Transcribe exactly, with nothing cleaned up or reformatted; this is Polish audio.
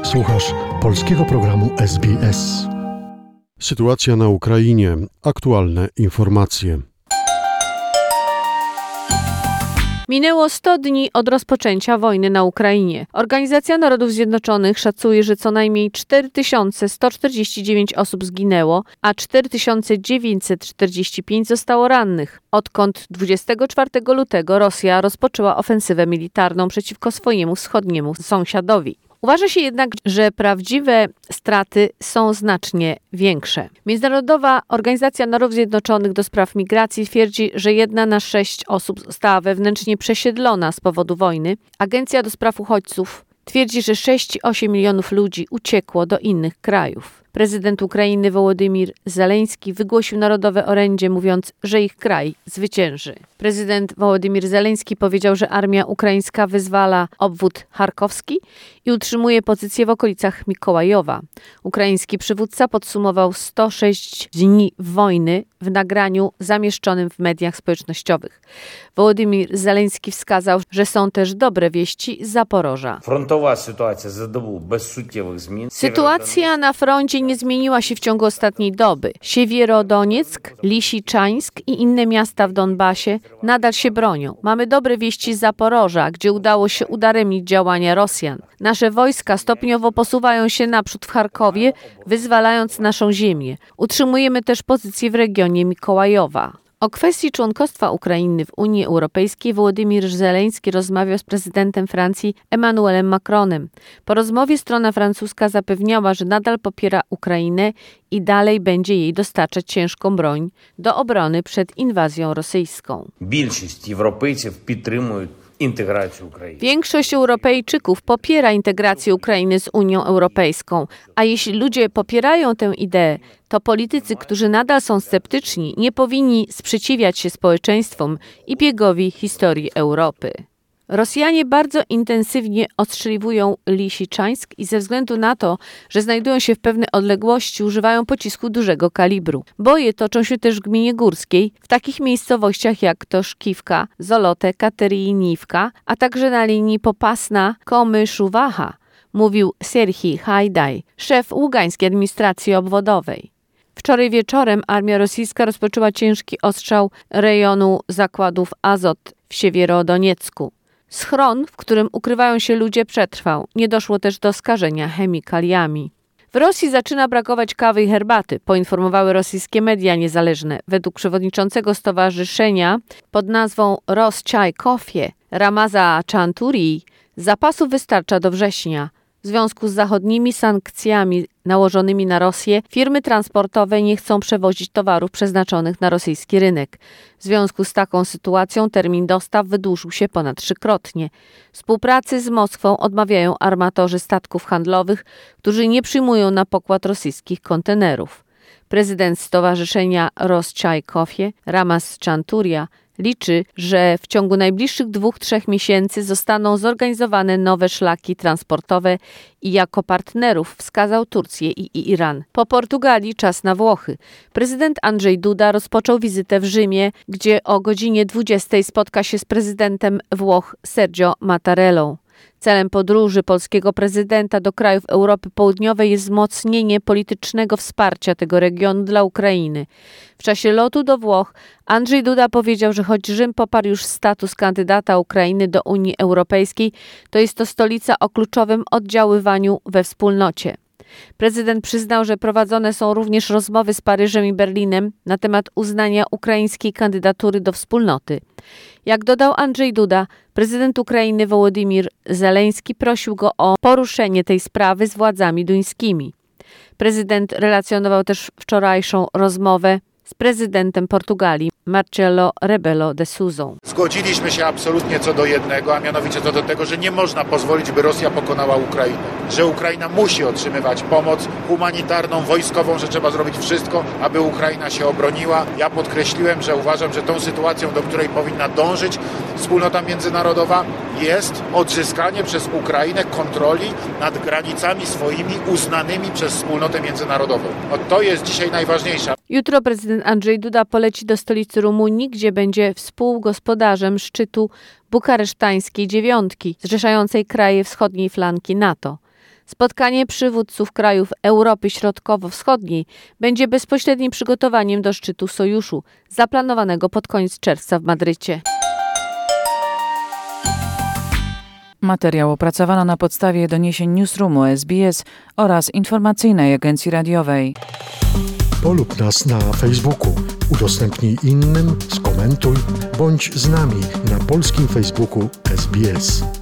Słuchasz polskiego programu S B S. Sytuacja na Ukrainie. Aktualne informacje. Minęło sto dni od rozpoczęcia wojny na Ukrainie. Organizacja Narodów Zjednoczonych szacuje, że co najmniej cztery tysiące sto czterdzieści dziewięć osób zginęło, a cztery tysiące dziewięćset czterdzieści pięć zostało rannych, odkąd dwudziestego czwartego lutego Rosja rozpoczęła ofensywę militarną przeciwko swojemu wschodniemu sąsiadowi. Uważa się jednak, że prawdziwe straty są znacznie większe. Międzynarodowa Organizacja Narodów Zjednoczonych do spraw migracji twierdzi, że jedna na sześć osób została wewnętrznie przesiedlona z powodu wojny. Agencja do spraw uchodźców twierdzi, że sześć przecinek osiem milionów ludzi uciekło do innych krajów. Prezydent Ukrainy Wołodymir Zełenski wygłosił narodowe orędzie, mówiąc, że ich kraj zwycięży. Prezydent Wołodymir Zełenski powiedział, że armia ukraińska wyzwala obwód charkowski i utrzymuje pozycję w okolicach Mikołajowa. Ukraiński przywódca podsumował sto sześć dni wojny w nagraniu zamieszczonym w mediach społecznościowych. Wołodymir Zełenski wskazał, że są też dobre wieści z Zaporoża. Frontowa sytuacja za dobą bez suttєвих zmian. Sytuacja na froncie nie zmieniła się w ciągu ostatniej doby. Siewierodonieck, Lisiczańsk i inne miasta w Donbasie nadal się bronią. Mamy dobre wieści z Zaporoża, gdzie udało się udaremnić działania Rosjan. Nasze wojska stopniowo posuwają się naprzód w Charkowie, wyzwalając naszą ziemię. Utrzymujemy też pozycję w regionie Mikołajowa. O kwestii członkostwa Ukrainy w Unii Europejskiej Wołodymir Zełenski rozmawiał z prezydentem Francji Emmanuelem Macronem. Po rozmowie strona francuska zapewniała, że nadal popiera Ukrainę i dalej będzie jej dostarczać ciężką broń do obrony przed inwazją rosyjską. Większość Europejczyków підтримують integrację Ukrainy. Większość Europejczyków popiera integrację Ukrainy z Unią Europejską, a jeśli ludzie popierają tę ideę, to politycy, którzy nadal są sceptyczni, nie powinni sprzeciwiać się społeczeństwom i biegowi historii Europy. Rosjanie bardzo intensywnie ostrzeliwują Lisiczańsk i ze względu na to, że znajdują się w pewnej odległości, używają pocisku dużego kalibru. Boje toczą się też w gminie górskiej, w takich miejscowościach jak Toszkiwka, Zolote, Kateryniwka, a także na linii Popasna-Komyszuwacha, mówił Serhii Hajdaj, szef ługańskiej administracji obwodowej. Wczoraj wieczorem armia rosyjska rozpoczęła ciężki ostrzał rejonu zakładów Azot w Siewierodoniecku. Schron, w którym ukrywają się ludzie, przetrwał. Nie doszło też do skażenia chemikaliami. W Rosji zaczyna brakować kawy i herbaty, poinformowały rosyjskie media niezależne. Według przewodniczącego stowarzyszenia pod nazwą Roschaj Coffee Ramaza Chanturii zapasów wystarcza do września. W związku z zachodnimi sankcjami nałożonymi na Rosję, firmy transportowe nie chcą przewozić towarów przeznaczonych na rosyjski rynek. W związku z taką sytuacją termin dostaw wydłużył się ponad trzykrotnie. Współpracy z Moskwą odmawiają armatorzy statków handlowych, którzy nie przyjmują na pokład rosyjskich kontenerów. Prezydent Stowarzyszenia Roschaj Coffee, Ramaz Chanturia, liczy, że w ciągu najbliższych dwóch, trzech miesięcy zostaną zorganizowane nowe szlaki transportowe i jako partnerów wskazał Turcję i Iran. Po Portugalii czas na Włochy. Prezydent Andrzej Duda rozpoczął wizytę w Rzymie, gdzie o godzinie dwudziestej spotka się z prezydentem Włoch Sergio Mattarellą. Celem podróży polskiego prezydenta do krajów Europy Południowej jest wzmocnienie politycznego wsparcia tego regionu dla Ukrainy. W czasie lotu do Włoch Andrzej Duda powiedział, że choć Rzym poparł już status kandydata Ukrainy do Unii Europejskiej, to jest to stolica o kluczowym oddziaływaniu we wspólnocie. Prezydent przyznał, że prowadzone są również rozmowy z Paryżem i Berlinem na temat uznania ukraińskiej kandydatury do wspólnoty. Jak dodał Andrzej Duda, prezydent Ukrainy Wołodymir Zełenski prosił go o poruszenie tej sprawy z władzami duńskimi. Prezydent relacjonował też wczorajszą rozmowę z prezydentem Portugalii Marcelo Rebelo de Souzą. Zgodziliśmy się absolutnie co do jednego, a mianowicie co do tego, że nie można pozwolić, by Rosja pokonała Ukrainę. Że Ukraina musi otrzymywać pomoc humanitarną, wojskową, że trzeba zrobić wszystko, aby Ukraina się obroniła. Ja podkreśliłem, że uważam, że tą sytuacją, do której powinna dążyć wspólnota międzynarodowa, jest odzyskanie przez Ukrainę kontroli nad granicami swoimi uznanymi przez wspólnotę międzynarodową. O, to jest dzisiaj najważniejsze. Jutro prezydent Andrzej Duda poleci do stolicy Rumunii, gdzie będzie współgospodarzem szczytu bukaresztańskiej dziewiątki, zrzeszającej kraje wschodniej flanki NATO. Spotkanie przywódców krajów Europy Środkowo-Wschodniej będzie bezpośrednim przygotowaniem do szczytu sojuszu, zaplanowanego pod koniec czerwca w Madrycie. Materiał opracowano na podstawie doniesień Newsroomu S B S oraz informacyjnej agencji radiowej. Polub nas na Facebooku, udostępnij innym, skomentuj, bądź z nami na polskim Facebooku S B S.